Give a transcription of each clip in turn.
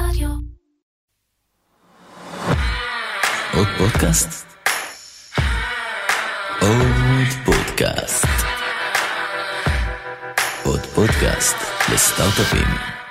רדיו. עוד פודקאסט? עוד פודקאסט. עוד פודקאסט לסטארט-אפים.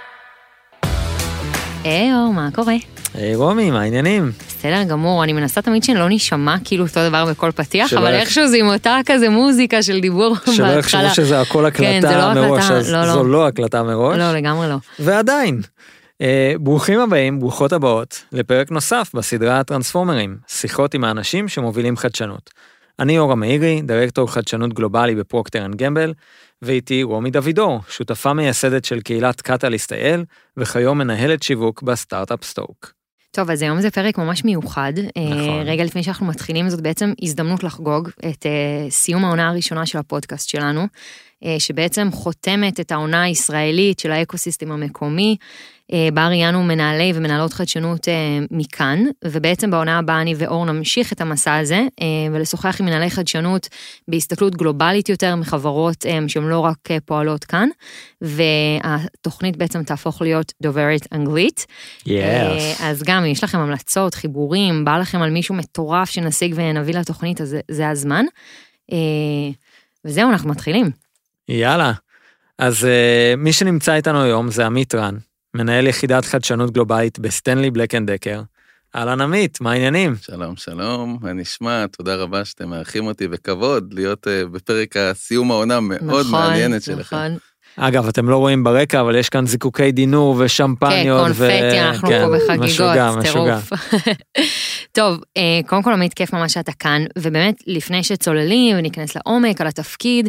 אור, מה קורה? היי רומי, מה העניינים? בסדר גמור, אני מנסה תמיד שלא נשמע כאילו אותו דבר בכל פתיח, אבל איכשהו זה עם אותה כזה מוזיקה של דיבור בהתחלה. שלא יחשבו שזה הכל הקלטה מראש, אז זו לא הקלטה מראש. לא, לגמרי לא. ועדיין, ברוכים הבאים, ברוכות הבאות, לפרק נוסף בסדרה הטרנספורמרים, שיחות עם האנשים שמובילים חדשנות. אני אור המאירי, דירקטור חדשנות גלובלי בפרוקטר אנד גמבל, ואיתי רומי דוידור, שותפה מייסדת של קהילת קטליסט IL, וכיום מנהלת שיווק בסטארט-אפ סטוק. טוב, אז היום זה פרק ממש מיוחד. נכון. רגע לפני שאנחנו מתחילים, זאת בעצם הזדמנות לחגוג את סיום העונה הראשונה של הפודקאסט שלנו, שבעצם חותמת את העונה הישראלית של האקוסיסטם המקומי, בה ראיינו מנהלי ומנהלות חדשנות מכאן, ובעצם בעונה הבאה אני ואור נמשיך את המסע הזה, ולשוחח עם מנהלי חדשנות בהסתכלות גלובלית יותר מחברות שהן לא רק פועלות כאן, והתוכנית בעצם תהפוך להיות דוברת אנגלית. אז גם אם יש לכם המלצות, חיבורים, בא לכם על מישהו מטורף שנשיג ונביא לתוכנית, אז זה הזמן. וזהו, אנחנו מתחילים. יאללה. אז מי שנמצא איתנו היום זה עמית רן, מנהל יחידת חדשנות גלובלית בסטנלי בלק אנד דקר. אהלן עמית, מה העניינים? שלום, שלום, מה נשמע? תודה רבה שאתם מארחים אותי, וכבוד להיות בפרק הסיום העונה מאוד מעניינת שלכם. נכון. אגב, אתם לא רואים ברקע, אבל יש כאן זיקוקי דינור ושמפניות. כן, קונפטי, אנחנו פה בחגיגות, טירוף. טוב, קודם כל עמית, כיף ממש שאתה כאן, ובאמת לפני שצוללים וניכנס לעומק על התפקיד,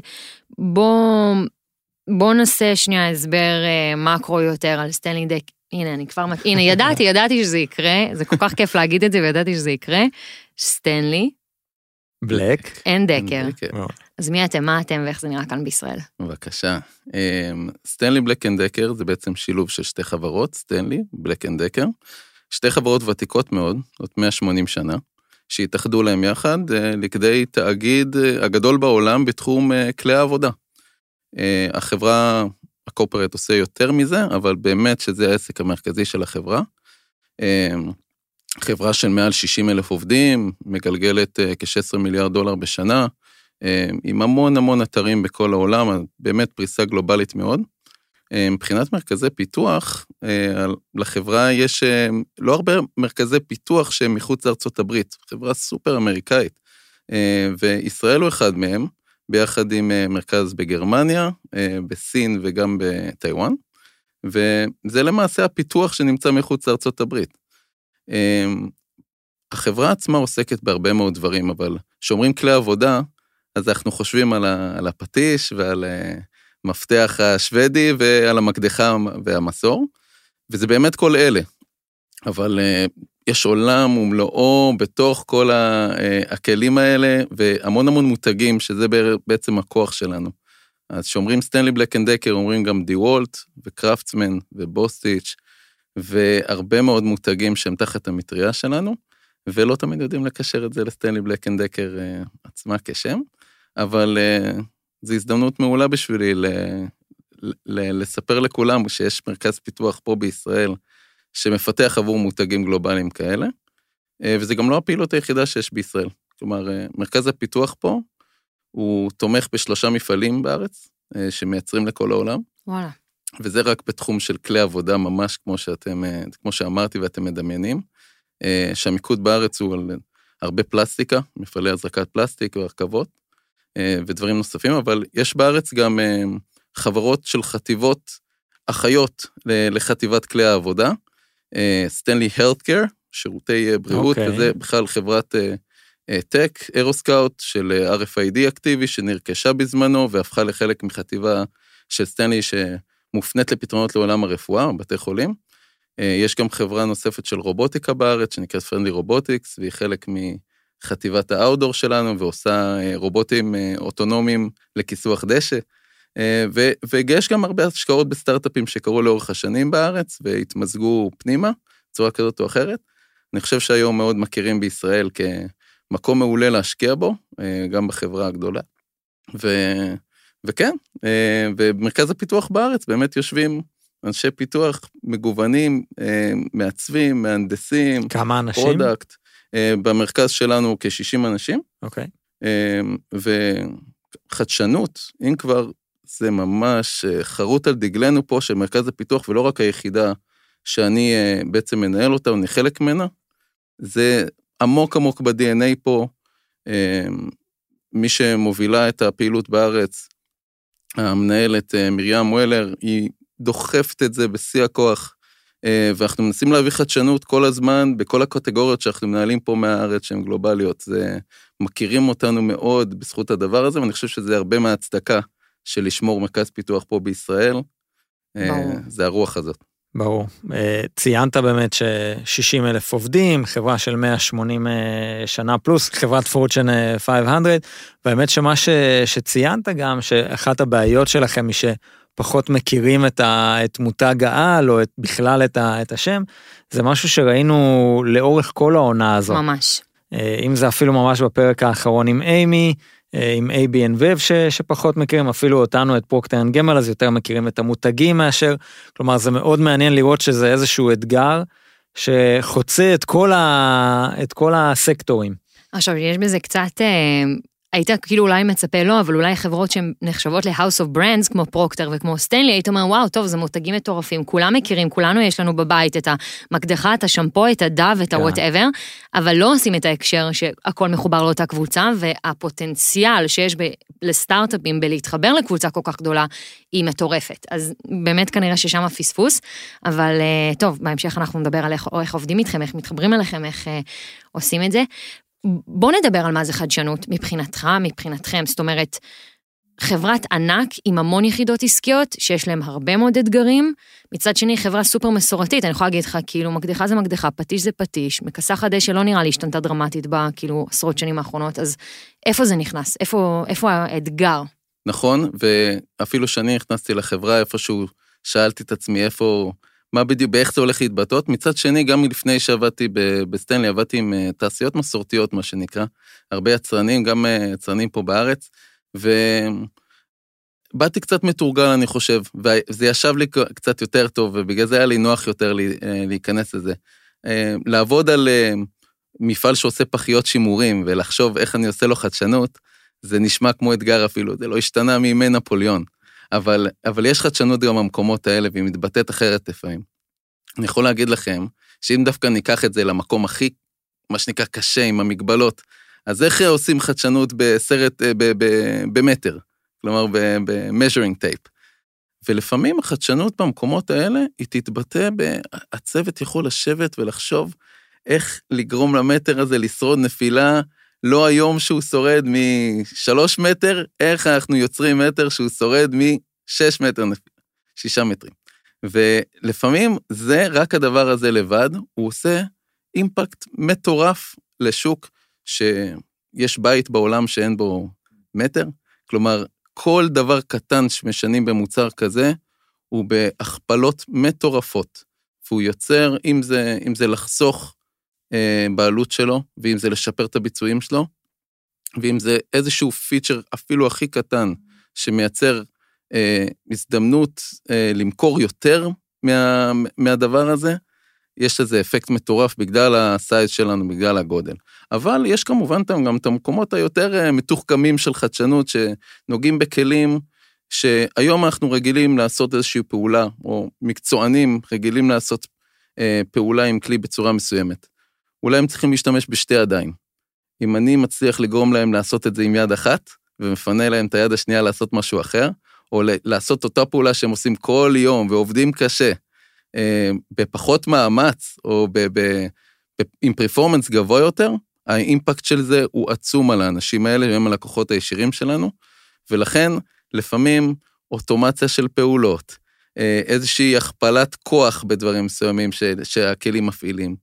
בוא נעשה שנייה הסבר מקרו יותר על סטנלי דק. הנה, ידעתי שזה יקרה, זה כל כך כיף להגיד את זה, וידעתי שזה יקרה. סטנלי בלק אנד דקר. אז מי אתם, מה אתם, ואיך זה נראה כאן בישראל? בבקשה. סטנלי בלק אנד דקר זה בעצם שילוב של שתי חברות, סטנלי, בלק אנד דקר, שתי חברות ותיקות מאוד, עוד 180 שנה, שהתאחדו להם יחד לכדי תאגיד הגדול בעולם בתחום כלי העבודה. החברה, הקורפרט עושה יותר מזה, אבל באמת שזה העסק המרכזי של החברה. חברה של מעל 60,000 עובדים, מגלגלת כ-16 מיליארד דולר בשנה, עם המון אתרים בכל העולם, באמת פריסה גלובלית מאוד. מבחינת מרכזי פיתוח, לחברה יש לא הרבה מרכזי פיתוח שהם מחוץ לארצות הברית, חברה סופר אמריקאית, וישראל הוא אחד מהם, ביחד עם מרכז בגרמניה, בסין וגם בטיואן, וזה למעשה הפיתוח שנמצא מחוץ לארצות הברית. החברה עצמה עוסקת בהרבה מאוד דברים, אבל שאומרים כלי עבודה, אז אנחנו חושבים על הפטיש ועל מפתח השוודי ועל המקדחה והמסור, וזה באמת כל אלה. אבל יש עולם ומלואו בתוך כל הכלים האלה, והמון מותגים, שזה בעצם הכוח שלנו. אז שאומרים סטנלי בלק אנד דקר, אומרים גם דיוולט וקראפטסמן ובוסטיץ', והרבה מאוד מותגים שהם תחת המטריה שלנו, ולא תמיד יודעים לקשר את זה לסטנלי בלק אנד דקר עצמה כשם, אבל זו הזדמנות מעולה בשבילי לספר לכולם שיש מרכז פיתוח פה בישראל, שמפתח עבור מותגים גלובליים כאלה, וזה גם לא הפעילות היחידה שיש בישראל. כלומר, מרכז הפיתוח פה, הוא תומך ב3 מפעלים בארץ, שמייצרים לכל העולם. וואלה. וזה רק בתחום של כלי עבודה, ממש כמו שאמרתי ואתם מדמיינים, שהמיקוד בארץ הוא על הרבה פלסטיקה, מפעלי הזרקת פלסטיק והרכבות, ודברים נוספים, אבל יש בארץ גם חברות של חטיבות אחיות לחטיבת כלי העבודה, סטנלי הלת'קר, שירותי בריאות, וזה בכלל חברת טק, אירוסקאוט של RFID אקטיבי, שנרכשה בזמנו, והפכה לחלק מחטיבה של סטנלי, שמופנית לפתרונות לעולם הרפואה, בתי חולים. יש גם חברה נוספת של רובוטיקה בארץ, שנקראת פרנדלי רובוטיקס, והיא חלק מחטיבת האאוטדור שלנו, ועושה רובוטים אוטונומיים לכיסוח דשא, ויש גם הרבה השקעות בסטארט-אפים שקרו לאורך השנים בארץ, והתמזגו פנימה, בצורה כזאת או אחרת. אני חושב שהיום מאוד מכירים בישראל כמקום מעולה להשקיע בו, גם בחברה הגדולה. וכן, במרכז הפיתוח בארץ באמת יושבים אנשי פיתוח מגוונים, מעצבים, מהנדסים, כמה אנשים? פרודקט. במרכז שלנו כ-60 אנשים. אוקיי. וחדשנות, אם כבר זה ממש חרוט על דגלנו פה של מרכז הפיתוח, ולא רק היחידה שאני בעצם מנהל אותה, אני חלק ממנה, זה עמוק עמוק ב-DNA פה, מי שמובילה את הפעילות בארץ, המנהלת מרים וולר, היא דוחפת את זה בשיא הכוח, ואנחנו מנסים להביא חדשנות כל הזמן, בכל הקטגוריות שאנחנו מנהלים פה מהארץ שהן גלובליות, זה מכירים אותנו מאוד בזכות הדבר הזה, ואני חושב שזה הרבה מההצדקה של לשמור מרכז פיתוח פה בישראל, זה הרוח הזאת. ברור. ציינת באמת ש-60,000 עובדים, חברה של 180 שנה פלוס, חברת פורצ'ן 500, והאמת שמה שציינת גם, שאחת הבעיות שלכם היא שפחות מכירים את מותג העל, או בכלל את השם, זה משהו שראינו לאורך כל העונה הזו. ממש. אם זה אפילו ממש בפרק האחרון עם אימי, עם ABN שפחות מכירים, אפילו אותנו, את פרוקטר אנד גמבל, אז יותר מכירים את המותגים מאשר, כלומר זה מאוד מעניין לראות שזה איזשהו אתגר, שחוצה את כל הסקטורים. עכשיו, יש בזה קצת, היית כאילו אולי מצפה לא, אבל אולי חברות שהן נחשבות ל-House of Brands, כמו פרוקטר וכמו סטנלי, היית אומר, וואו, טוב, זה מותגים מטורפים, כולם מכירים, כולנו יש לנו בבית את המקדחה, את השמפו, את הדב, את ה-whatever, אבל לא עושים את ההקשר שהכל מחובר לאותה קבוצה, והפוטנציאל שיש לסטארט-אפים בלהתחבר לקבוצה כל כך גדולה, היא מטורפת. אז באמת כנראה ששם הפספוס, אבל טוב, בהמשך אנחנו נדבר על איך עובדים איתכם, איך מתחברים אליכם, איך עושים את זה. בוא נדבר על מה זה חדשנות מבחינתך, מבחינתכם, זאת אומרת, חברת ענק עם המון יחידות עסקיות, שיש להם הרבה מאוד אתגרים, מצד שני חברה סופר מסורתית, אני יכולה להגיד לך, כאילו, מקדחה זה מקדחה, פטיש זה פטיש, מכסה דשא שלא נראה לי השתנתה דרמטית בה, כאילו, עשרות שנים האחרונות, אז איפה זה נכנס? איפה האתגר? נכון, ואפילו שאני נכנסתי לחברה, איפשהו שאלתי את עצמי, מה בדיוק, באיך זה הולך להתבטאות, מצד שני, גם מלפני שעבדתי בסטנלי, עבדתי עם תעשיות מסורתיות, מה שנקרא, הרבה יצרנים, גם יצרנים פה בארץ, ובאתי קצת מתורגל, אני חושב, וזה ישב לי קצת יותר טוב, ובגלל זה היה לי נוח יותר להיכנס לזה. לעבוד על מפעל שעושה פחיות שימורים, ולחשוב איך אני עושה לו חדשנות, זה נשמע כמו אתגר אפילו, זה לא השתנה מימי נפוליאון. אבל יש חדשנות גם במקומות האלה, והיא מתבטאת אחרת לפעמים. אני יכול להגיד לכם, שאם דווקא ניקח את זה למקום הכי, מה שנקרא קשה עם המגבלות, אז איך עושים חדשנות בסרט, במטר, כלומר ב-measuring tape. ולפעמים החדשנות במקומות האלה, היא תתבטא הצוות יכול לשבת ולחשוב, איך לגרום למטר הזה לשרוד נפילה, לא היום שהוא שורד מ3 מטר, איך אנחנו יוצרים מטר שהוא שורד מ6 מטר, 6 מטרים. ולפעמים זה רק הדבר הזה לבד, הוא עושה אימפקט מטורף לשוק שיש בית בעולם שאין בו מטר, כלומר כל דבר קטן שמשנים במוצר כזה, הוא בהכפלות מטורפות, והוא יוצר, אם זה לחסוך, בעלות שלו, ואם זה לשפר את הביצועים שלו, ואם זה איזשהו פיצ'ר אפילו הכי קטן, שמייצר הזדמנות למכור יותר מהדבר הזה, יש לזה אפקט מטורף בגלל הסייז שלנו, בגלל הגודל. אבל יש כמובן גם את המקומות היותר מתוחכמים של חדשנות, שנוגעים בכלים, שהיום אנחנו רגילים לעשות איזושהי פעולה, או מקצוענים רגילים לעשות פעולה עם כלי בצורה מסוימת. אולי הם צריכים להשתמש בשתי ידיים. אם אני מצליח לגרום להם לעשות את זה עם יד אחת, ומפנה להם את היד השנייה לעשות משהו אחר, או לעשות אותה פעולה שהם עושים כל יום, ועובדים קשה, בפחות מאמץ, או עם פרפורמנס גבוה יותר, האימפקט של זה הוא עצום על האנשים האלה, הם הלקוחות הישירים שלנו, ולכן לפעמים אוטומציה של פעולות, איזושהי הכפלת כוח בדברים מסוימים שהכלים מפעילים,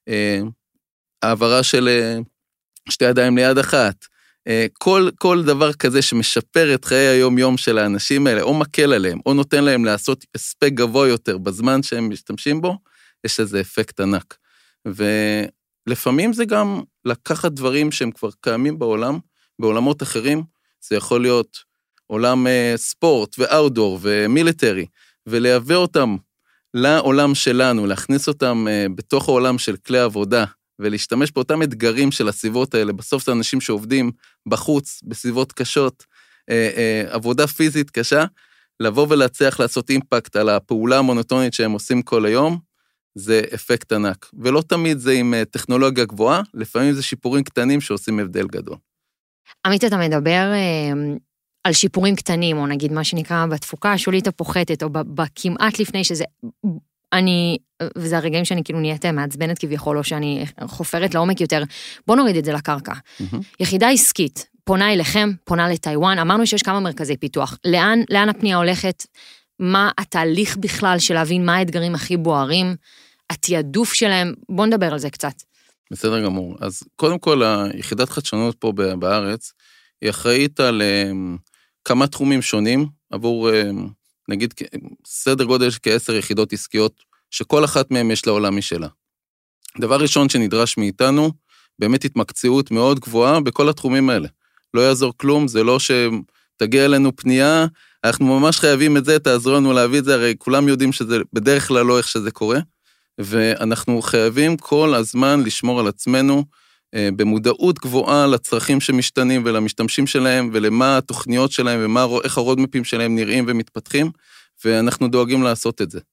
העברה של שתי ידיים ליד אחת, כל דבר כזה שמשפר את חיי היום-יום של האנשים האלה, או מקל עליהם, או נותן להם לעשות הספק גבוה יותר בזמן שהם משתמשים בו, יש לזה אפקט ענק. ולפעמים זה גם לקחת דברים שהם כבר קיימים בעולם, בעולמות אחרים, זה יכול להיות עולם ספורט ואוטדור ומיליטרי, ולהביא אותם לעולם שלנו, להכניס אותם בתוך העולם של כלי עבודה, ולהשתמש באותם אתגרים של הסביבות האלה, בסוף זה אנשים שעובדים בחוץ, בסביבות קשות, עבודה פיזית קשה, לבוא ולהצליח לעשות אימפקט על הפעולה המונוטונית שהם עושים כל היום, זה אפקט ענק. ולא תמיד זה עם טכנולוגיה גבוהה, לפעמים זה שיפורים קטנים שעושים הבדל גדול. עמית, אתה מדבר על שיפורים קטנים, או נגיד מה שנקרא בתפוקה השולית הפוחתת, או בכמעט לפני שזה, וזה הרגעים שאני כאילו נהיית מעצבנת כביכול, או שאני חופרת לעומק יותר, בוא נוריד את זה לקרקע. יחידה עסקית, פונה אליכם, פונה לטיואן, אמרנו שיש כמה מרכזי פיתוח, לאן הפנייה הולכת, מה התהליך בכלל של להבין מה האתגרים הכי בוערים, התיעדוף שלהם, בוא נדבר על זה קצת. בסדר גמור. אז קודם כל, היחידת חדשנות פה בארץ, היא אחראית על כמה תחומים שונים, עבור, נגיד, סדר גודל של כ10 יחידות עסקיות, שכל אחת מהן יש לה עולם משלה. דבר ראשון שנדרש מאיתנו, באמת התמקצעות מאוד גבוהה בכל התחומים האלה. לא יעזור כלום, זה לא שתגיע אלינו פנייה, אנחנו ממש חייבים את זה, תעזרו לנו להביא את זה, הרי כולם יודעים שזה בדרך כלל לא איך שזה קורה, ואנחנו חייבים כל הזמן לשמור על עצמנו, במודעות גבוהה לצרכים שמשתנים ולמשתמשים שלהם, ולמה התוכניות שלהם, ואיך הרודמפים שלהם נראים ומתפתחים, ואנחנו דואגים לעשות את זה.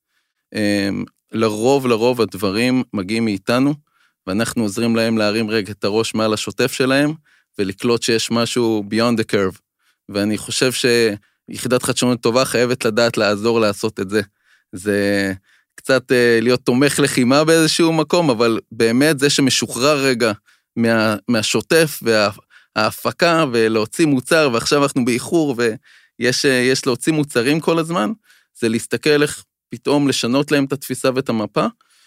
לרוב הדברים מגיעים מאיתנו, ואנחנו עוזרים להם להרים רגע את הראש מעל השוטף שלהם, ולקלוט שיש משהו beyond the curve. ואני חושב שיחידת חדשנות טובה חייבת לדעת לעזור לעשות את זה. זה קצת להיות תומך לחימה באיזשהו מקום, אבל באמת זה שמשוחרר רגע מהשוטף וההפקה, ולהוציא מוצר, ועכשיו אנחנו באיחור, ויש להוציא מוצרים כל הזמן, זה להסתכל איך פתאום לשנות להם את התפיסה ואת המפה,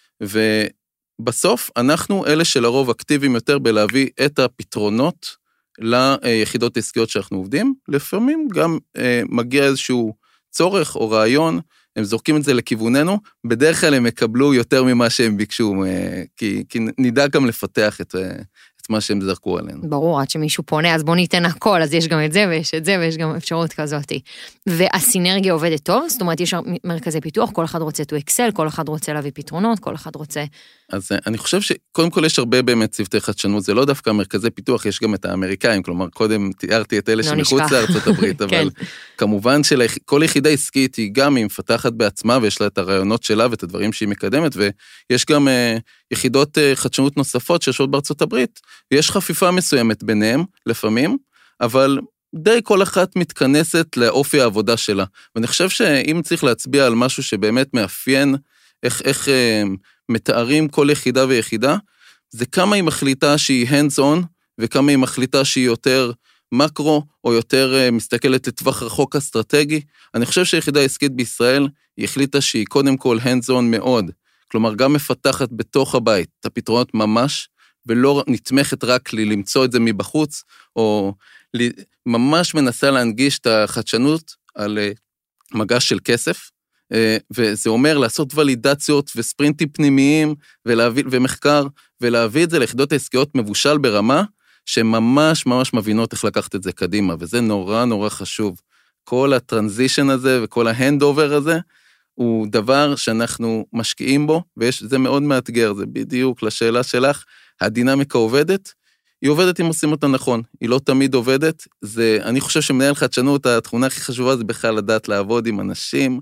ובסוף אנחנו אלה שלרוב אקטיביים יותר בלהביא את הפתרונות ליחידות עסקיות שאנחנו עובדים, לפעמים גם מגיע איזשהו צורך או רעיון, הם זורקים את זה לכיווננו, בדרך כלל הם יקבלו יותר ממה שהם ביקשו, כי נדע גם לפתח את מה שהם זרקו עלינו. ברור, עד שמישהו פונה, אז בוא ניתן הכל, אז יש גם את זה ויש את זה, ויש גם אפשרות כזאת. והסינרגיה עובדת טוב, זאת אומרת, יש מרכזי פיתוח, כל אחד רוצה to excel, כל אחד רוצה להביא פתרונות, כל אחד רוצה... אז אני חושב שקודם כל יש הרבה באמת צוותי חדשנות, זה לא דווקא מרכזי פיתוח, יש גם את האמריקאים, כלומר, קודם תיארתי את אלה שמחוץ לארצות הברית, אבל כמובן שכל יחידה עסקית היא גם היא מפתחת בעצמה, ויש לה את הרעיונות שלה ואת הדברים שהיא מקדמת, ויש גם יחידות חדשנות נוספות שיושבות בארצות הברית, ויש חפיפה מסוימת ביניהם, לפעמים, אבל די כל אחת מתכנסת לאופי העבודה שלה. ואני חושב שאם צריך להצביע על משהו שבאמת מאפיין איך מתארים כל יחידה ויחידה, זה כמה היא מחליטה שהיא hands on, וכמה היא מחליטה שהיא יותר מקרו, או יותר מסתכלת לטווח רחוק אסטרטגי. אני חושב שהיחידה העסקית בישראל, היא החליטה שהיא קודם כל hands on מאוד, כלומר גם מפתחת בתוך הבית את הפתרונות ממש, ולא נתמכת רק למצוא את זה מבחוץ, או ממש מנסה להנגיש את החדשנות על מגש של כסף, וזה אומר לעשות ולידציות וספרינטים פנימיים, ומחקר, ולהביא את זה ליחידות העסקיות מבושל ברמה, שממש ממש מבינות איך לקחת את זה קדימה, וזה נורא נורא חשוב. כל הטרנזישן הזה וכל ההנדאובר הזה, הוא דבר שאנחנו משקיעים בו, וזה מאוד מאתגר, זה בדיוק לשאלה שלך, הדינמיקה עובדת, היא עובדת אם עושים אותה נכון, היא לא תמיד עובדת, אני חושב שמנהל חדשנות, התכונה הכי חשובה זה בכלל לדעת לעבוד עם אנשים,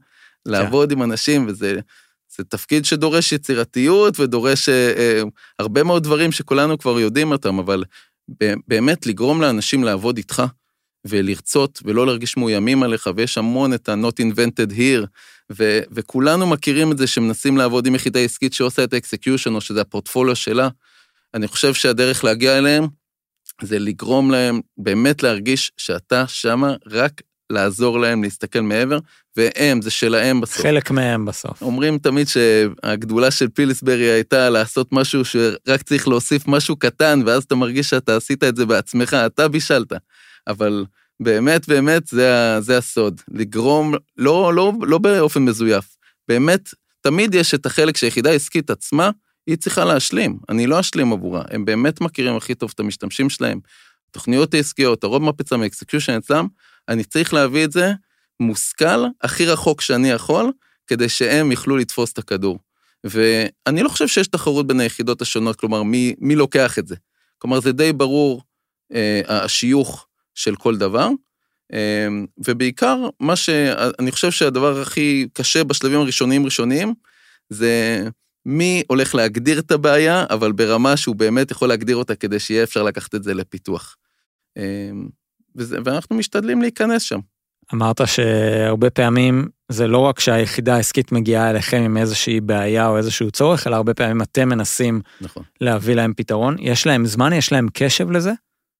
וזה תפקיד שדורש יצירתיות, ודורש הרבה מאוד דברים שכולנו כבר יודעים אותם, אבל באמת לגרום לאנשים לעבוד איתך, ולרצות, ולא להרגיש מאוימים עליך, ויש המון את ה-not invented here, וכולנו מכירים את זה, שמנסים לעבוד עם יחידה עסקית שעושה את ה-execution, או שזה הפורטפוליו שלה, אני חושב שהדרך להגיע אליהם, זה לגרום להם באמת להרגיש שאתה שמה רק לעזור להם להסתכל מעבר, והם, זה שלהם בסוף. חלק מהם בסוף. אומרים תמיד שהגדולה של פיליסברי הייתה לעשות משהו שרק צריך להוסיף משהו קטן, ואז אתה מרגיש שאתה עשית את זה בעצמך, אתה בישלת. אבל באמת, זה הסוד. לגרום, לא באופן מזויף. באמת, תמיד יש את החלק שהיחידה עסקית עצמה, היא צריכה להשלים. אני לא אשלים עבורה. הם באמת מכירים הכי טוב את המשתמשים שלהם. תוכניות העסקיות, הרוב מפצה מאקסקיושן אצלם, אני צריך להביא את זה מושכל, הכי רחוק שאני יכול, כדי שהם יוכלו לתפוס את הכדור. ואני לא חושב שיש תחרות בין היחידות השונות, כלומר, מי לוקח את זה. כלומר, זה די ברור השיוך של כל דבר, ובעיקר אני חושב שהדבר הכי קשה בשלבים הראשוניים, זה מי הולך להגדיר את הבעיה, אבל ברמה שהוא באמת יכול להגדיר אותה, כדי שיהיה אפשר לקחת את זה לפיתוח. ואנחנו משתדלים להיכנס שם. אמרת שהרבה פעמים זה לא רק שהיחידה העסקית מגיעה אליכם עם איזושהי בעיה או איזשהו צורך, אלא הרבה פעמים אתם מנסים להביא להם פתרון. יש להם זמן, יש להם קשב לזה?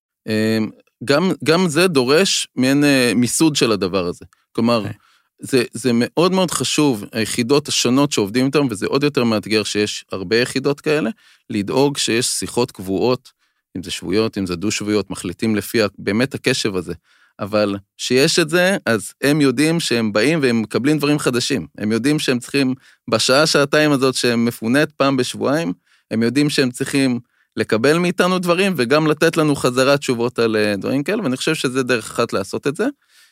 גם זה דורש מעין מיסוד של הדבר הזה. כלומר, זה מאוד מאוד חשוב, היחידות השונות שעובדים איתם, וזה עוד יותר מאתגר שיש הרבה יחידות כאלה, לדאוג שיש שיחות קבועות, אם זה שבועיות, אם זה דו-שבועיות, מחליטים לפי באמת הקשב הזה. אבל שיש את זה, אז הם יודעים שהם באים והם מקבלים דברים חדשים. הם יודעים שהם צריכים, בשעה-שעתיים הזאת שהם מפונית פעם בשבועיים, הם יודעים שהם צריכים לקבל מאיתנו דברים, וגם לתת לנו חזרה תשובות על דברים כאלה, ואני חושב שזה דרך אחת לעשות את זה.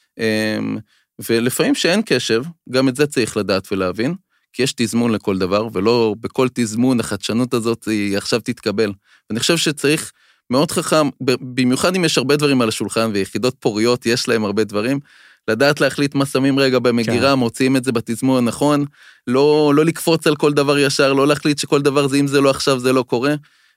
ולפעמים שאין קשב, גם את זה צריך לדעת ולהבין, כי יש תזמון לכל דבר, ולא בכל תזמון החדשנות הזאת היא עכשיו תתקבל. ואני חושב שצריך מאוד חכם, במיוחד אם יש הרבה דברים על השולחן, ויחידות פוריות יש להם הרבה דברים, לדעת להחליט מה שמים רגע במגירה, מוציאים את זה בתזמון הנכון, לא לקפוץ על כל דבר ישר, לא להחליט שכל דבר זה, אם זה לא עכשיו, זה לא קורה,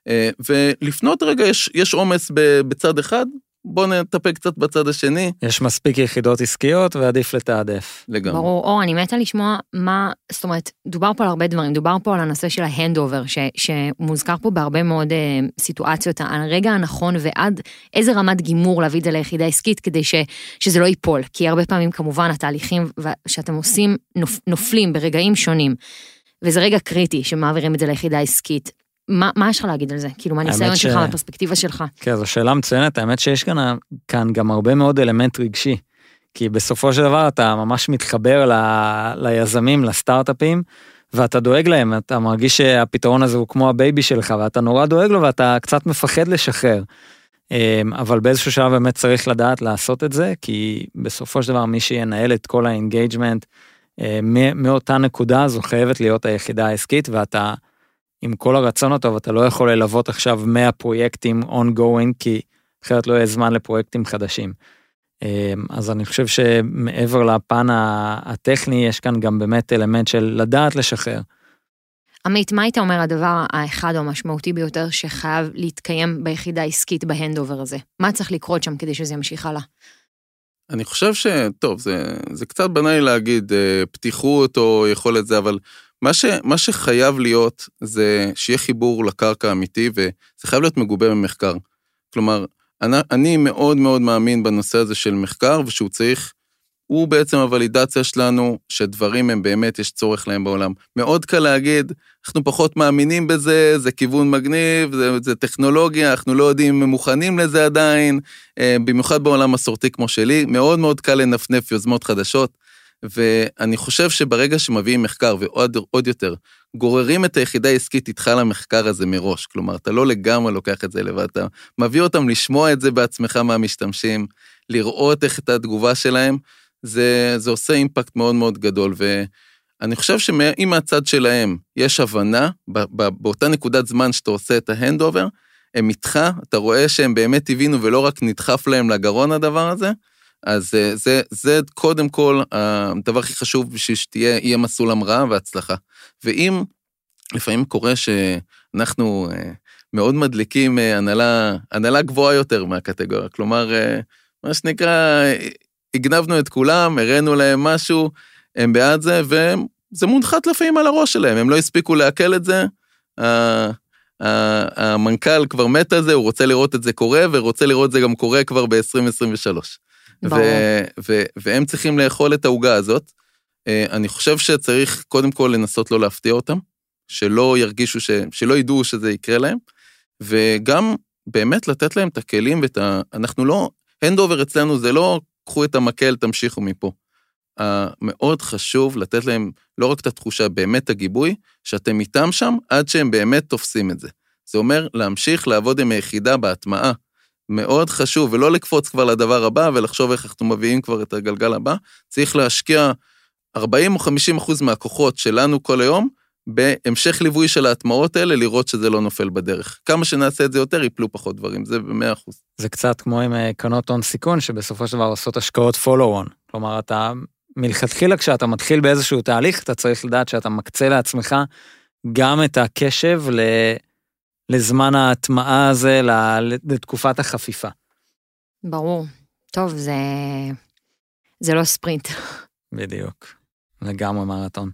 ולפנות רגע, יש עומס בצד אחד, בואו נטפל קצת בצד השני. יש מספיק יחידות עסקיות ועדיף לתעדף. לגמרי. ברור, אני מתה לשמוע מה, זאת אומרת, דובר פה על הרבה דברים, דובר פה על הנושא של ההנדאובר, שמוזכר פה בהרבה מאוד סיטואציות, הרגע הנכון ועד איזה רמת גימור להביא את זה ליחידה עסקית, כדי שזה לא ייפול, כי הרבה פעמים כמובן התהליכים שאתם עושים נופלים ברגעים שונים, וזה רגע קריטי שמעבירים את זה ליחידה עסקית. מה יש לך להגיד על זה? כאילו, מה הניסיון שלך, מהפרספקטיבה שלך? כן, זו שאלה מצוינת. האמת שיש כאן גם הרבה מאוד אלמנט רגשי, כי בסופו של דבר אתה ממש מתחבר ליזמים, לסטארט-אפים, ואתה דואג להם, אתה מרגיש שהפתרון הזה הוא כמו הבייבי שלך, ואתה נורא דואג לו, ואתה קצת מפחד לשחרר. אבל באיזשהו שלב באמת צריך לדעת לעשות את זה, כי בסופו של דבר מי שינהל את כל האנגייג'מנט, מאותה נקודה זו חייבת להיות היחידה העסקית, ואתה עם כל הרצון הטוב, אתה לא יכול ללוות עכשיו 100 פרויקטים ongoing, כי אחרת לא יהיה זמן לפרויקטים חדשים. אז אני חושב שמעבר לפן הטכני, יש כאן גם באמת אלמנט של לדעת לשחרר. עמית, מה היית אומר הדבר האחד או המשמעותי ביותר שחייב להתקיים ביחידה העסקית בהנדאובר הזה? מה צריך לקרות שם כדי שזה ימשיך הלאה? אני חושב שטוב, זה קצת בנאי להגיד פתיחות או יכולת זה, אבל מה שחייב להיות זה שיהיה חיבור לקרקע אמיתי, וזה חייב להיות מגובה במחקר. כלומר, אני מאוד מאוד מאמין בנושא הזה של מחקר, ושהוא צריך, הוא בעצם הוולידציה שלנו, שדברים הם באמת יש צורך להם בעולם. מאוד קל להגיד, אנחנו פחות מאמינים בזה, זה כיוון מגניב, זה טכנולוגיה, אנחנו לא יודעים אם הם מוכנים לזה עדיין, במיוחד בעולם מסורתי כמו שלי, מאוד מאוד קל לנפנף יוזמות חדשות, ואני חושב שברגע שמביאים מחקר, ועוד יותר, גוררים את היחידה העסקית איתך למחקר הזה מראש, כלומר, אתה לא לגמרי לוקח את זה לבד, אתה מביא אותם לשמוע את זה בעצמך מהמשתמשים, לראות איך את התגובה שלהם, זה עושה אימפקט מאוד מאוד גדול, ואני חושב שאם מהצד שלהם יש הבנה, באותה נקודת זמן שאתה עושה את ההנדאובר, הם איתך, אתה רואה שהם באמת הבינו, ולא רק נדחף להם לגרון הדבר הזה, אז זה קודם כל הדבר הכי חשוב בשביל יהיה מסלול המראה והצלחה. ואם לפעמים קורה שאנחנו מאוד מדליקים הנהלה גבוהה יותר מהקטגוריה, כלומר, מה שנקרא, הגנבנו את כולם, הראינו להם משהו, הם בעד זה, וזה מונחת לפעמים על הראש שלהם, הם לא הספיקו להקל את זה, המנכ"ל כבר מת על זה, הוא רוצה לראות את זה קורה, ורוצה לראות את זה גם קורה כבר ב-2023. והם צריכים לאכול את ההוגה הזאת. אני חושב שצריך קודם כל לנסות לא להפתיע אותם, שלא ירגישו, שלא ידעו שזה יקרה להם, וגם באמת לתת להם את הכלים, אנחנו לא, הנדאובר אצלנו זה לא, קחו את המקל, תמשיכו מפה. מאוד חשוב לתת להם לא רק את התחושה, באמת הגיבוי, שאתם איתם שם, עד שהם באמת תופסים את זה. זה אומר להמשיך לעבוד עם היחידה בהטמעה, מאוד חשוב, ולא לקפוץ כבר לדבר הבא, ולחשוב איך אנחנו מביאים כבר את הגלגל הבא, צריך להשקיע 40 או 50% מהכוחות שלנו כל היום, בהמשך ליווי של ההטמעות האלה, לראות שזה לא נופל בדרך. כמה שנעשה את זה יותר, ייפלו פחות דברים, זה ב100%. זה קצת כמו עם קרנות הון סיכון, שבסופו של דבר עושות השקעות follow-on. כלומר, אתה מלכתחילה, כשאתה מתחיל באיזשהו תהליך, אתה צריך לדעת שאתה מקצה לעצמך גם את הקשב לזמן ההטמעה הזה, לתקופת החפיפה. ברור. טוב, זה לא ספרינט. בדיוק. לגמרי מרתון.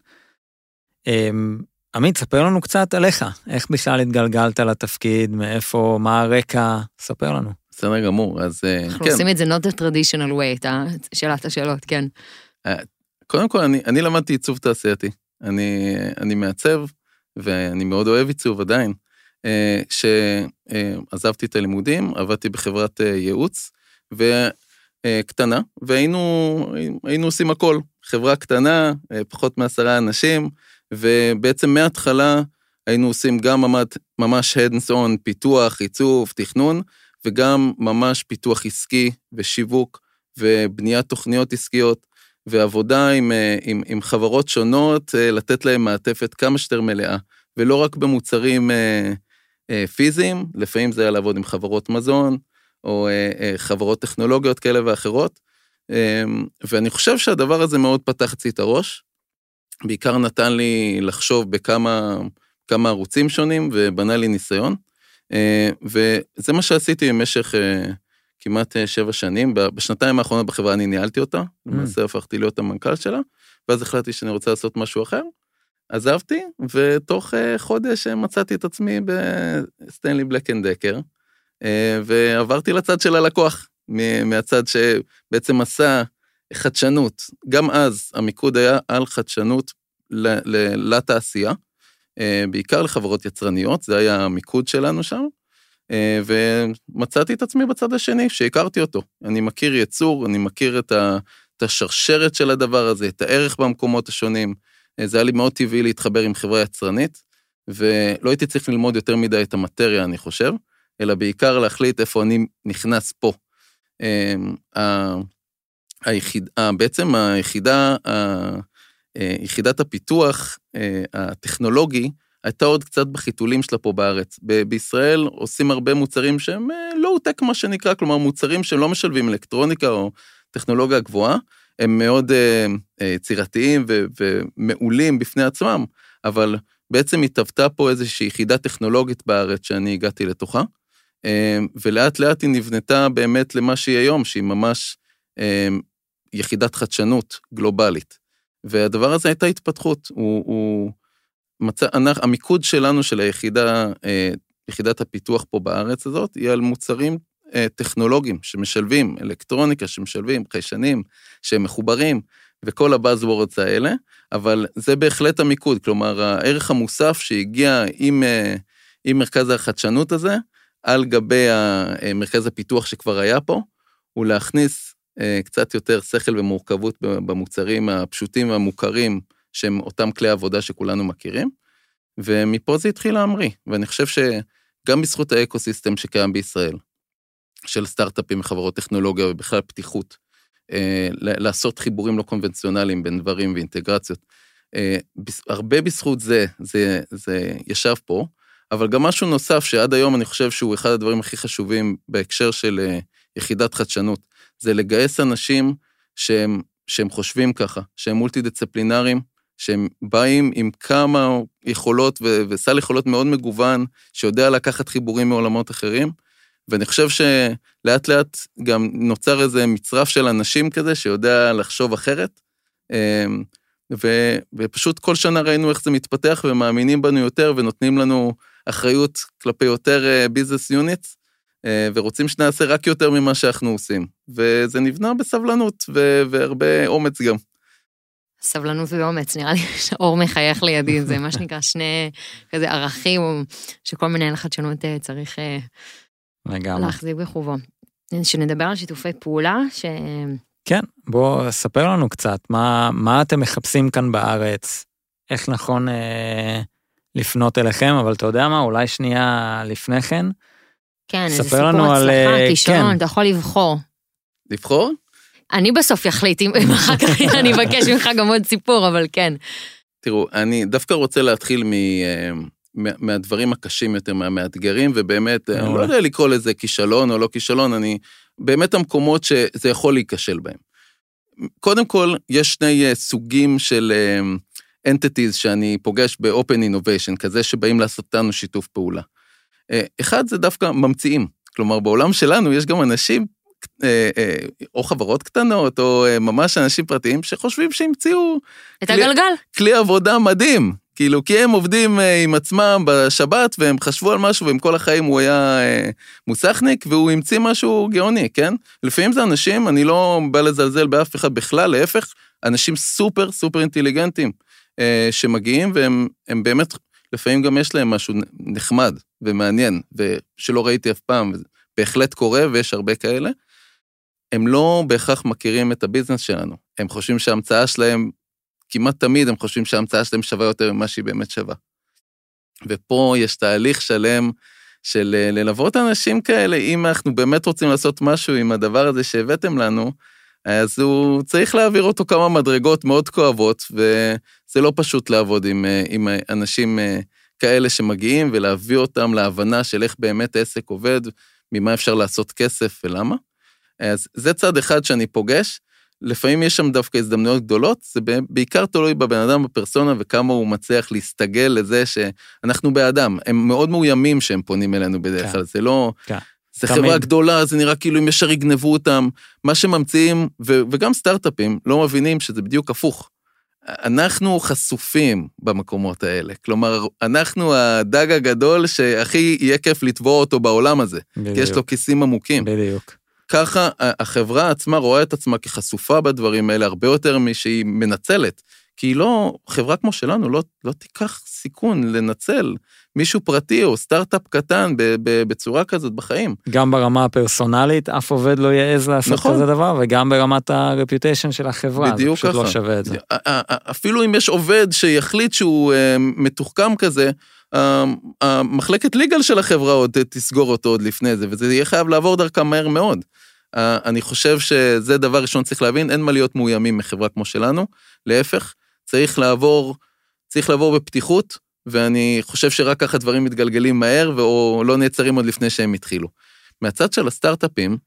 עמית, ספר לנו קצת עליך. איך בכלל התגלגלת לתפקיד, מאיפה, מה הרקע? ספר לנו. בסדר גמור, אז אנחנו עושים את זה not the traditional way, את שאלת השאלות, כן. קודם כל, אני למדתי עיצוב תעשייתי. אני מעצב, ואני מאוד אוהב עיצוב עדיין. שעזבתי את הלימודים, עבדתי בחברת ייעוץ, וקטנה, והיינו עושים הכל. חברה קטנה, פחות מ10 אנשים, ובעצם מההתחלה היינו עושים גם ממש hands-on, פיתוח, עיצוב, תכנון, וגם ממש פיתוח עסקי ושיווק, ובניית תוכניות עסקיות, ועבודה עם חברות שונות, לתת להם מעטפת כמה שיותר מלאה, ולא רק במוצרים פיזיים, לפעמים זה היה לעבוד עם חברות מזון, או חברות טכנולוגיות כאלה ואחרות, ואני חושב שהדבר הזה מאוד פתח אצלי את הראש, בעיקר נתן לי לחשוב בכמה ערוצים שונים, ובנה לי ניסיון, וזה מה שעשיתי במשך כמעט 7 שנים, בשנתיים האחרונות בחברה אני ניהלתי אותה, למעשה הפכתי להיות המנכ"ל שלה, ואז החלטתי שאני רוצה לעשות משהו אחר, עזבתי, ותוך חודש מצאתי את עצמי בסטנלי בלק אנד דקר, ועברתי לצד של הלקוח, מהצד שבעצם עשה חדשנות. גם אז המיקוד היה על חדשנות לתעשייה, בעיקר לחברות יצרניות, זה היה המיקוד שלנו שם, ומצאתי את עצמי בצד השני, שהכרתי אותו. אני מכיר יצור, אני מכיר את השרשרת של הדבר הזה, את הערך במקומות השונים, זה היה לי מאוד טבעי להתחבר עם חברה יצרנית, ולא הייתי צריך ללמוד יותר מדי את המטריה, אני חושב, אלא בעיקר להחליט איפה אני נכנס פה. בעצם יחידת הפיתוח הטכנולוגי, הייתה עוד קצת בחיתולים שלה פה בארץ. בישראל עושים הרבה מוצרים שהם לואו-טק מה שנקרא, כלומר מוצרים שהם לא משלבים אלקטרוניקה או טכנולוגיה גבוהה, הם מאוד יצירתיים ומעולים בפני עצמם, אבל בעצם התהוותה פה איזושהי יחידה טכנולוגית בארץ שאני הגעתי לתוכה, ולאט לאט היא נבנתה באמת למה שהיא היום, שהיא ממש יחידת חדשנות גלובלית. והדבר הזה הייתה התפתחות, המיקוד שלנו של יחידת הפיתוח פה בארץ הזאת, היא על מוצרים טכנולוגיים שמשלבים, אלקטרוניקה שמשלבים, חיישנים שהם מחוברים, וכל הבאזוורדס האלה, אבל זה בהחלט המיקוד, כלומר הערך המוסף שהגיע עם מרכז החדשנות הזה, על גבי מרכז הפיתוח שכבר היה פה, הוא להכניס קצת יותר שכל ומורכבות במוצרים הפשוטים והמוכרים, שהם אותם כלי עבודה שכולנו מכירים, ומפה זה התחיל להמריא, ואני חושב שגם בזכות האקוסיסטם שקיים בישראל, של סטארט-אפים וחברות טכנולוגיה ובכלל פתיחות, לעשות חיבורים לא קונבנציונליים בין דברים ואינטגרציות, הרבה בזכות זה ישב פה, אבל גם משהו נוסף שעד היום אני חושב שהוא אחד הדברים הכי חשובים בהקשר של יחידת חדשנות, זה לגייס אנשים שהם חושבים ככה, שהם מולטי-דיסציפלינריים, שהם באים עם כמה יכולות וסל יכולות מאוד מגוון, שיודע לקחת חיבורים מעולמות אחרים, ואני חושב שלאט לאט גם נוצר איזה מצרף של אנשים כזה, שיודע לחשוב אחרת, ופשוט כל שנה ראינו איך זה מתפתח, ומאמינים בנו יותר, ונותנים לנו אחריות כלפי יותר ביזנס יוניטס, ורוצים שנעשה רק יותר ממה שאנחנו עושים. וזה נבנה בסבלנות, והרבה אומץ גם. סבלנות ואומץ, נראה לי שאור מחייך לידי, זה מה שנקרא שני כזה ערכים, שכל מנהל חדשנות צריך להחזיק בחובו. שנדבר על שיתופי פעולה, כן, בוא ספר לנו קצת, מה אתם מחפשים כאן בארץ, איך נכון לפנות אליכם, אבל אתה יודע מה, אולי שנייה לפני כן, כן, איזה סיפור הצלחה, כישלון, אתה יכול לבחור. לבחור? אני בסוף יחליט, אם אחר כך אני אבקש ממך גם עוד סיפור, אבל כן. תראו, אני דווקא רוצה להתחיל מהדברים הקשים יותר, מהמאתגרים, ובאמת, אני לא יודע לקרוא לזה כישלון או לא כישלון, אני באמת המקומות שזה יכול להיכשל בהם. קודם כל, יש שני סוגים של entities שאני פוגש ב-open innovation, כזה שבאים לעשות לנו שיתוף פעולה. אחד זה דווקא ממציאים, כלומר בעולם שלנו יש גם אנשים, או חברות קטנות, או ממש אנשים פרטיים שחושבים שהמציאו את הגלגל. כלי עבודה מדהים, כאילו כי הם עובדים עם עצמם בשבת, והם חשבו על משהו, ועם כל החיים הוא היה מוסכניק, והוא המציא משהו גאוני, כן? לפעמים זה אנשים, אני לא בא לזלזל באף אחד בכלל, להפך, אנשים סופר סופר אינטליגנטים, שמגיעים, והם באמת, לפעמים גם יש להם משהו נחמד ומעניין, ושלא ראיתי אף פעם, בהחלט קורה, ויש הרבה כאלה, הם לא בהכרח מכירים את הביזנס שלנו, הם חושבים שההמצאה שלהם, כמעט תמיד הם חושבים שההמצאה שלהם שווה יותר ממה שהיא באמת שווה. ופה יש תהליך שלם של ללוות אנשים כאלה, אם אנחנו באמת רוצים לעשות משהו עם הדבר הזה שהבאתם לנו, אז הוא צריך להעביר אותו כמה מדרגות מאוד כואבות, וזה לא פשוט לעבוד עם אנשים כאלה שמגיעים, ולהביא אותם להבנה של איך באמת העסק עובד, ממה אפשר לעשות כסף ולמה. אז זה צד אחד שאני פוגש, לפעמים יש שם דווקא הזדמנויות גדולות, זה בעיקר תלוי בבן אדם בפרסונה, וכמה הוא מצליח להסתגל לזה שאנחנו באדם, הם מאוד מאוימים שהם פונים אלינו בדרך כלל, זה לא, זה חברה גדולה, זה נראה כאילו אם ישר יגנבו אותם, מה שממציאים, וגם סטארט-אפים לא מבינים שזה בדיוק הפוך. אנחנו חשופים במקומות האלה, כלומר, אנחנו הדג הגדול שהכי יהיה כיף לתבוע אותו בעולם הזה, כי יש לו כיסים עמוקים. בדיוק. ככה החברה עצמה רואה את עצמה כחשופה בדברים האלה, הרבה יותר משהיא מנצלת, כי היא לא, חברה כמו שלנו לא תיקח סיכון לנצל מישהו פרטי או סטארט-אפ קטן בצורה כזאת בחיים. גם ברמה הפרסונלית, אף עובד לא יעז לעשות כזה דבר, וגם ברמת הרפיוטיישן של החברה, זה פשוט לא שווה את זה. אפילו אם יש עובד שיחליט שהוא מתוחכם כזה, המחלקת ליגל של החברה עוד תסגור אותו עוד לפני זה, וזה יהיה חייב לעבור דרכה מהר מאוד. אני חושב שזה דבר ראשון צריך להבין, אין מה להיות מאוימים מחברה כמו שלנו, להפך, צריך לעבור בפתיחות, ואני חושב שרק ככה דברים מתגלגלים מהר, או לא נעצרים עוד לפני שהם התחילו. מהצד של הסטארט-אפים,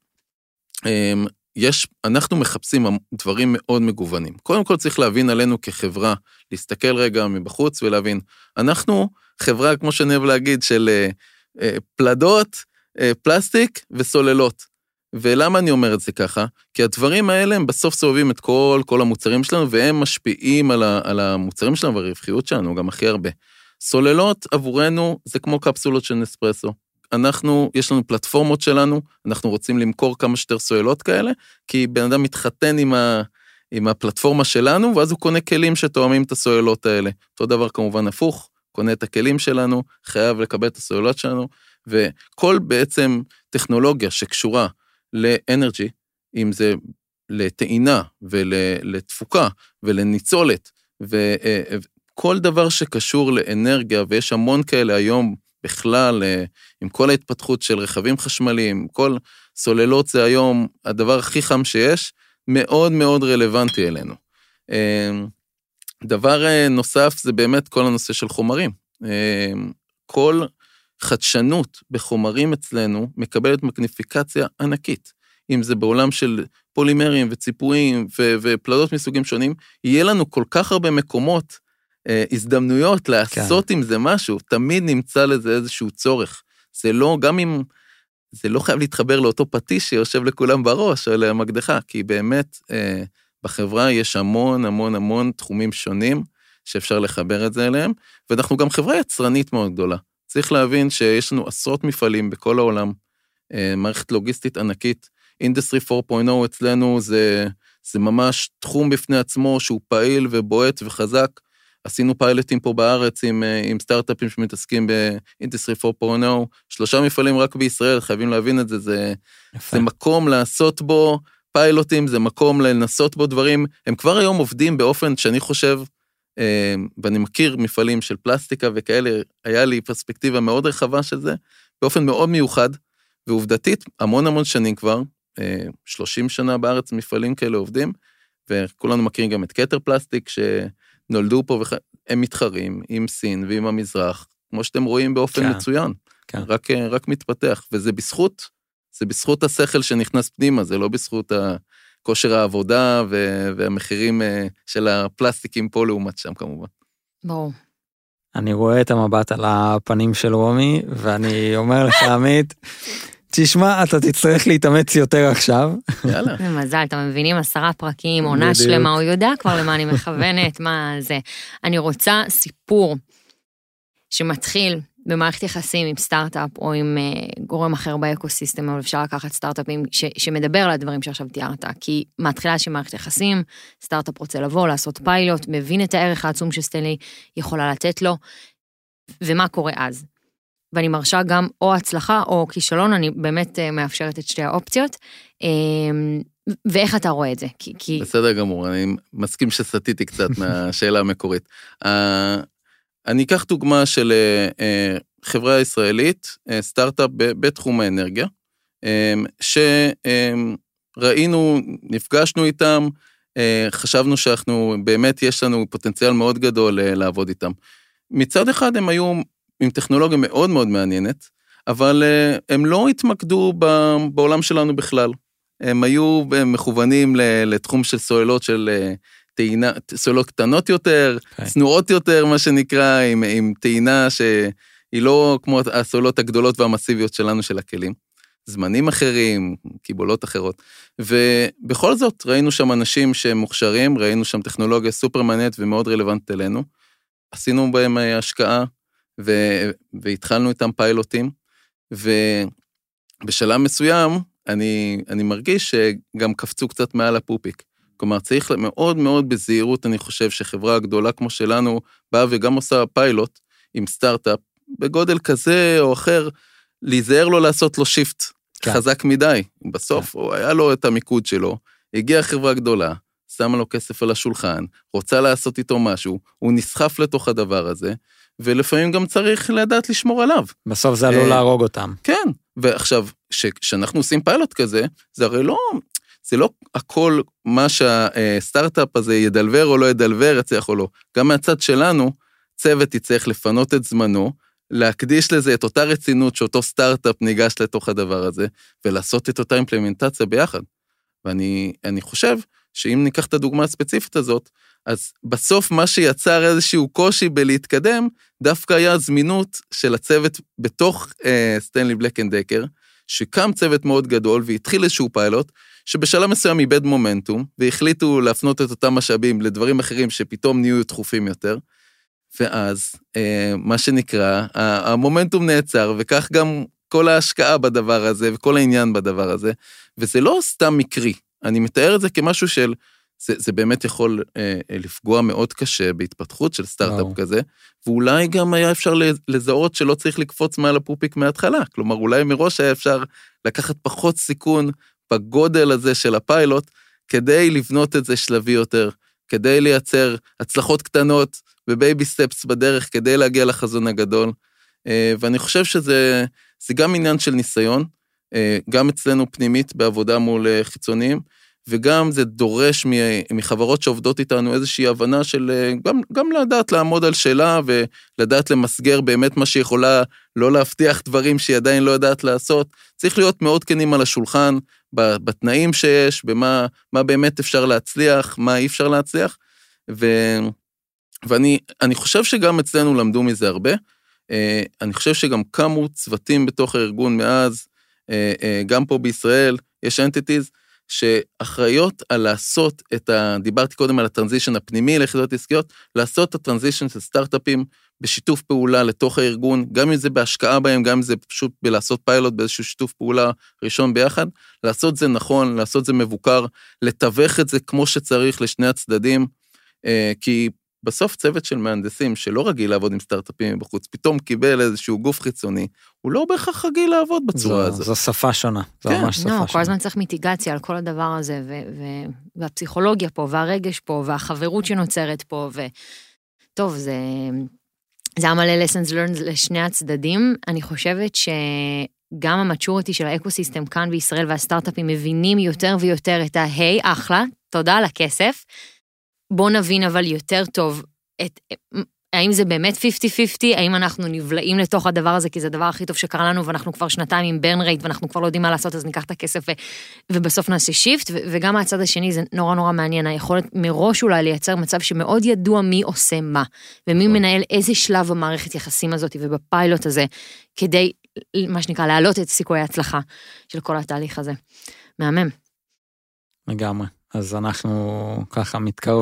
אנחנו מחפשים דברים מאוד מגוונים. קודם כל צריך להבין עלינו כחברה, להסתכל רגע מבחוץ ולהבין, אנחנו חברה, כמו שאני אוהב להגיד, של פלדות, פלסטיק וסוללות. ולמה אני אומר את זה ככה? כי הדברים האלה הם בסוף סובבים את כל המוצרים שלנו, והם משפיעים על המוצרים שלנו והרווחיות שלנו, גם הכי הרבה. סוללות עבורנו זה כמו קפסולות של נספרסו. יש לנו פלטפורמות שלנו, אנחנו רוצים למכור כמה שיותר סוללות כאלה, כי בן אדם מתחתן עם הפלטפורמה שלנו, ואז הוא קונה כלים שתואמים את הסוללות האלה. אותו דבר כמובן הפוך, קונה את הכלים שלנו, חייב לקבל את הסוללות שלנו, וכל בעצם טכנולוגיה שקשורה לאנרג'י, אם זה לטעינה ולתפוקה ולניצולת, וכל דבר שקשור לאנרגיה, ויש המון כאלה היום בכלל, עם כל ההתפתחות של רכבים חשמליים, כל סוללות זה היום הדבר הכי חם שיש, מאוד מאוד רלוונטי אלינו. דבר נוסף זה באמת כל הנושא של חומרים. כל חדשנות בחומרים אצלנו מקבלת מגניפיקציה ענקית. אם זה בעולם של פולימרים וציפויים ופלדות מסוגים שונים, יהיה לנו כל כך הרבה מקומות, הזדמנויות לעשות עם זה משהו, תמיד נמצא לזה איזשהו צורך. זה לא, גם אם, זה לא חייב להתחבר לאותו פטיש שיושב לכולם בראש, או למקדחה, כי באמת בחברה יש המון המון המון תחומים שונים, שאפשר לחבר את זה אליהם, ואנחנו גם חברה יצרנית מאוד גדולה. צריך להבין שיש לנו עשרות מפעלים בכל העולם, מערכת לוגיסטית ענקית, Industry 4.0 אצלנו זה ממש תחום בפני עצמו, שהוא פעיל ובועט וחזק, עשינו פיילוטים פה בארץ עם סטארט-אפים שמתעסקים ב-Industry 4.0, 3 מפעלים רק בישראל, חייבים להבין את זה, זה מקום לעשות בו פיילוטים, זה מקום לנסות בו דברים, הם כבר היום עובדים באופן שאני חושב, ואני מכיר מפעלים של פלסטיקה וכאלה, היה לי פרספקטיבה מאוד רחבה של זה, באופן מאוד מיוחד, ועובדתית, המון המון שנים כבר, 30 שנה בארץ מפעלים כאלה עובדים, וכולנו מכירים גם את קטר פלסטיק, שנולדו פה, הם מתחרים עם סין ועם המזרח, כמו שאתם רואים באופן מצוין, רק מתפתח, וזה בזכות השכל שנכנס פנימה, זה לא בזכות כושר העבודה והמחירים של הפלסטיקים פה לעומת שם כמובן. ברור. אני רואה את המבט על הפנים של רומי, ואני אומר לך, עמית, תשמע, אתה תצטרך להתאמץ יותר עכשיו. יאללה. זה מזל, אתם מבינים 10 פרקים, עונה שלמה, הוא יודע כבר למה אני מכוונת, מה זה. אני רוצה סיפור שמתחיל במערכת יחסים עם סטארט-אפ, או עם גורם אחר באקוסיסטם, אבל אפשר לקחת סטארט-אפים שמדבר על הדברים שעכשיו תיארת, כי מהתחילה של מערכת יחסים, סטארט-אפ רוצה לבוא, לעשות פיילוט, מבין את הערך העצום שסטנלי יכולה לתת לו, ומה קורה אז. ואני מרשה גם או הצלחה או כישלון, אני באמת מאפשרת את שתי האופציות, ואיך אתה רואה את זה? בסדר גמור, אני מסכים שסטיתי קצת מהשאלה המקורית. אני אקח דוגמה של חברה ישראלית, סטארט-אפ בתחום האנרגיה, שראינו, נפגשנו איתם, חשבנו שאנחנו, באמת יש לנו פוטנציאל מאוד גדול לעבוד איתם. מצד אחד הם היו עם טכנולוגיה מאוד מאוד מעניינת, אבל הם לא התמקדו בעולם שלנו בכלל. הם היו מכוונים לתחום של סוללות של טעינה, סוללות קטנות יותר, צנועות יותר, מה שנקרא, עם טעינה שהיא לא כמו הסוללות הגדולות והמסיביות שלנו של הכלים. זמנים אחרים, קיבולות אחרות. ובכל זאת ראינו שם אנשים שהם מוכשרים, ראינו שם טכנולוגיה סופר מעניינת ומאוד רלוונטית אלינו. עשינו בהם השקעה, והתחלנו איתם פיילוטים, ובשלב מסוים אני מרגיש שגם קפצו קצת מעל הפופיק. כלומר, צריך מאוד מאוד בזהירות, אני חושב שחברה גדולה כמו שלנו, באה וגם עושה פיילוט עם סטארט-אפ, בגודל כזה או אחר, להיזהר לו לעשות לו שיפט חזק מדי. בסוף הוא היה לו את המיקוד שלו, הגיעה חברה גדולה, שמה לו כסף על השולחן, רוצה לעשות איתו משהו, הוא נסחף לתוך הדבר הזה, ולפעמים גם צריך לדעת לשמור עליו. בסוף זה עלול להרוג אותם. כן, ועכשיו, כשאנחנו עושים פיילוט כזה, זה הרי לא, זה לא הכל מה שהסטארט-אפ הזה ידלבר או לא ידלבר, יצליח או לא. גם מהצד שלנו, צוות יצטרך לפנות את זמנו, להקדיש לזה את אותה רצינות שאותו סטארט-אפ ניגש לתוך הדבר הזה, ולעשות את אותה אימפלמנטציה ביחד. ואני חושב שאם ניקח את הדוגמה הספציפית הזאת, אז בסוף מה שיצר איזשהו קושי בלהתקדם, דווקא היה זמינות של הצוות בתוך סטנלי בלק אנד דקר, שקם צוות מאוד גדול והתחיל איזשהו פיילוט, שבשלב מסוים איבד מומנטום, והחליטו להפנות את אותם משאבים לדברים אחרים שפתאום נהיו דחופים יותר, ואז מה שנקרא, המומנטום נעצר, וכך גם כל ההשקעה בדבר הזה, וכל העניין בדבר הזה, וזה לא סתם מקרי, אני מתאר את זה כמשהו של, זה באמת יכול לפגוע מאוד קשה בהתפתחות של סטארט-אפ כזה, ואולי גם היה אפשר לזהות שלא צריך לקפוץ מעל הפופיק מההתחלה, כלומר אולי מראש היה אפשר לקחת פחות סיכון בגודל הזה של הפיילוט, כדי לבנות את זה שלבי יותר, כדי לייצר הצלחות קטנות בבייבי סטפס בדרך, כדי להגיע לחזון הגדול, ואני חושב שזה גם עניין של ניסיון, גם אצלנו פנימית בעבודה מול חיצוניים, וגם זה דורש מחברות שעובדות איתנו איזושהי הבנה של גם לדעת לעמוד על שאלה, ולדעת למסגר באמת מה שיכולה לא להבטיח דברים שהיא עדיין לא יודעת לעשות. צריך להיות מאוד כנים על השולחן, בתנאים שיש, במה באמת אפשר להצליח, מה אי אפשר להצליח, ואני חושב שגם אצלנו למדו מזה הרבה, אני חושב שגם קמו צוותים בתוך הארגון מאז, גם פה בישראל, יש אנטיטיז, שאחראיות על לעשות דיברתי קודם על הטרנזישן הפנימי ליחידות עסקיות, לעשות את הטרנזישן של סטארט-אפים בשיתוף פעולה לתוך הארגון, גם אם זה בהשקעה בהם, גם אם זה פשוט בלעשות פיילוט באיזשהו שיתוף פעולה ראשון ביחד, לעשות זה נכון, לעשות זה מבוקר, לתווך את זה כמו שצריך לשני הצדדים, כי בסוף צוות של מהנדסים שלא רגיל לעבוד עם סטארט-אפים בחוץ, פתאום קיבל איזשהו גוף חיצוני, הוא לא בהכרח רגיל לעבוד בצורה הזאת. זו שפה שונה, זו ממש שפה שונה. כל הזמן צריך מיטיגציה על כל הדבר הזה, והפסיכולוגיה פה, והרגש פה, והחברות שנוצרת פה, וטוב, זה היה מלא lessons learned לשני הצדדים. אני חושבת גם המצ'וריטי של האקוסיסטם כאן בישראל והסטארט-אפים מבינים יותר ויותר את ההי, אחלה, תודה על הכסף. בוא נבין אבל יותר טוב האם זה באמת 50-50, האם אנחנו נבלעים לתוך הדבר הזה, כי זה הדבר הכי טוב שקרה לנו, ואנחנו כבר שנתיים עם ברן רייט, ואנחנו כבר לא יודעים מה לעשות, אז ניקח את הכסף ובסוף נעשה שיפט, וגם מהצד השני זה נורא נורא מעניין, היכולת מראש אולי לייצר מצב שמאוד ידוע מי עושה מה, ומי מנהל איזה שלב במערכת יחסים הזאת, ובפיילוט הזה, כדי, מה שנקרא, להעלות את סיכויי ההצלחה של כל התהליך הזה. מהמם. לגמרי. אז אנחנו ככה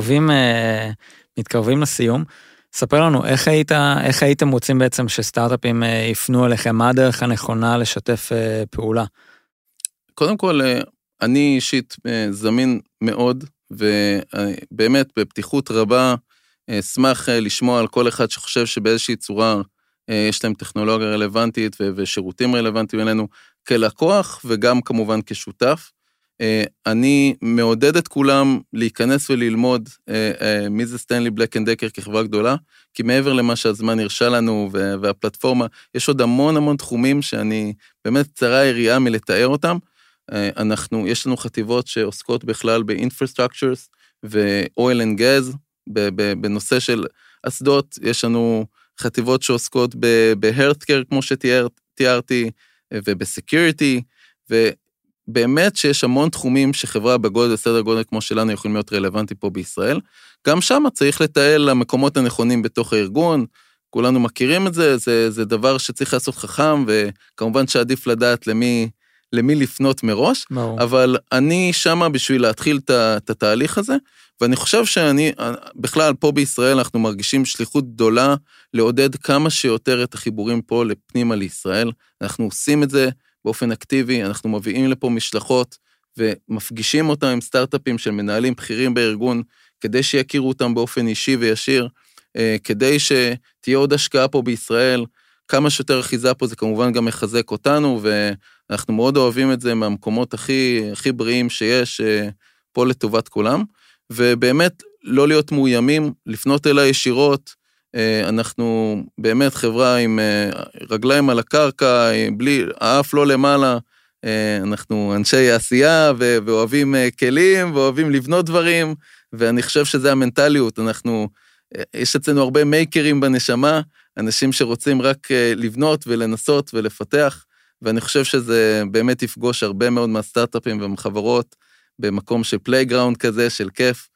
מתקרבים לסיום. ספר לנו, איך הייתם רוצים בעצם שסטארט-אפים יפנו אליכם, מה הדרך הנכונה לשתף פעולה? קודם כל, אני אישית זמין מאוד, ובאמת בפתיחות רבה, אשמח לשמוע על כל אחד שחושב שבאיזושהי צורה יש להם טכנולוגיה רלוונטית ושירותים רלוונטיים אלינו כלקוח, וגם כמובן כשותף. אני מעודד את כולם להיכנס וללמוד מי זה סטנלי בלק אנד דקר כחברה גדולה, כי מעבר למה שהזמן הרשה לנו והפלטפורמה, יש עוד המון תחומים שאני באמת קצרה יריעה מלתאר אותם. יש לנו חטיבות שעוסקות בכלל ב-infrastructures ו-oil and gas, בנושא של אסדות, יש לנו חטיבות שעוסקות ב-healthcare כמו שתיארתי, וב-security, באמת שיש המון תחומים שחברה בגודל, סדר גודל כמו שלנו יכולים להיות רלוונטי פה בישראל. גם שם צריך לתעל למקומות הנכונים בתוך הארגון, כולנו מכירים את זה, זה דבר שצריך לעשות חכם, וכמובן שעדיף לדעת למי לפנות מראש, אבל אני שמה בשביל להתחיל את התהליך הזה, ואני חושב בכלל פה בישראל אנחנו מרגישים שליחות גדולה, לעודד כמה שיותר את החיבורים פה לפנימה לישראל, אנחנו עושים את זה, באופן אקטיבי, אנחנו מביאים לפה משלחות, ומפגישים אותם עם סטארט-אפים של מנהלים בכירים בארגון, כדי שיכירו אותם באופן אישי וישיר, כדי שתהיה עוד השקעה פה בישראל, כמה שיותר אחיזה פה, זה כמובן גם מחזק אותנו, ואנחנו מאוד אוהבים את זה מהמקומות הכי בריאים שיש, פה לטובת כולם, ובאמת לא להיות מאוימים, לפנות אליי ישירות, אנחנו באמת חברה עם רגליים על הקרקע, בלי, האף לא למעלה, אנחנו אנשי עשייה ואוהבים כלים, ואוהבים לבנות דברים, ואני חושב שזה המנטליות, יש אצלנו הרבה מייקרים בנשמה, אנשים שרוצים רק לבנות ולנסות ולפתח, ואני חושב שזה באמת יפגוש הרבה מאוד מהסטארט-אפים ומחברות, במקום של פלייגראונד כזה, של כיף,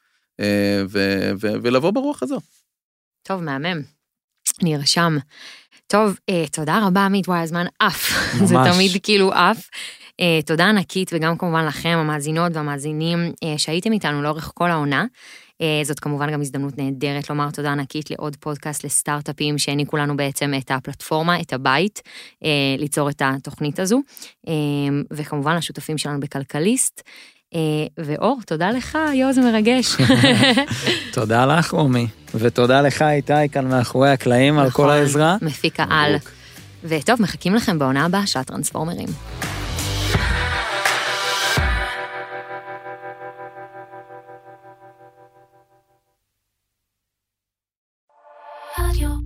ולבוא ברוח הזו. טוב, מהמם. נרשם. טוב, תודה רבה, עמית, וואי, הזמן אף. זה תמיד כאילו אף. תודה ענקית, וגם כמובן לכם, המאזינות והמאזינים, שהייתם איתנו לאורך כל העונה. זאת כמובן גם הזדמנות נהדרת לומר תודה ענקית לעוד פודקאסט לסטארט-אפים, שהעניקו לנו בעצם את הפלטפורמה, את הבית, ליצור את התוכנית הזו. וכמובן לשותפים שלנו בכלכליסט. ואור, תודה לך, יו, זה מרגש. תודה לך, רומי, ותודה לך, איתי, כאן מאחורי הקלעים על כל העזרה. מפיק העל. וטוב, מחכים לכם בעונה הבאה של הטרנספורמרים. רדיו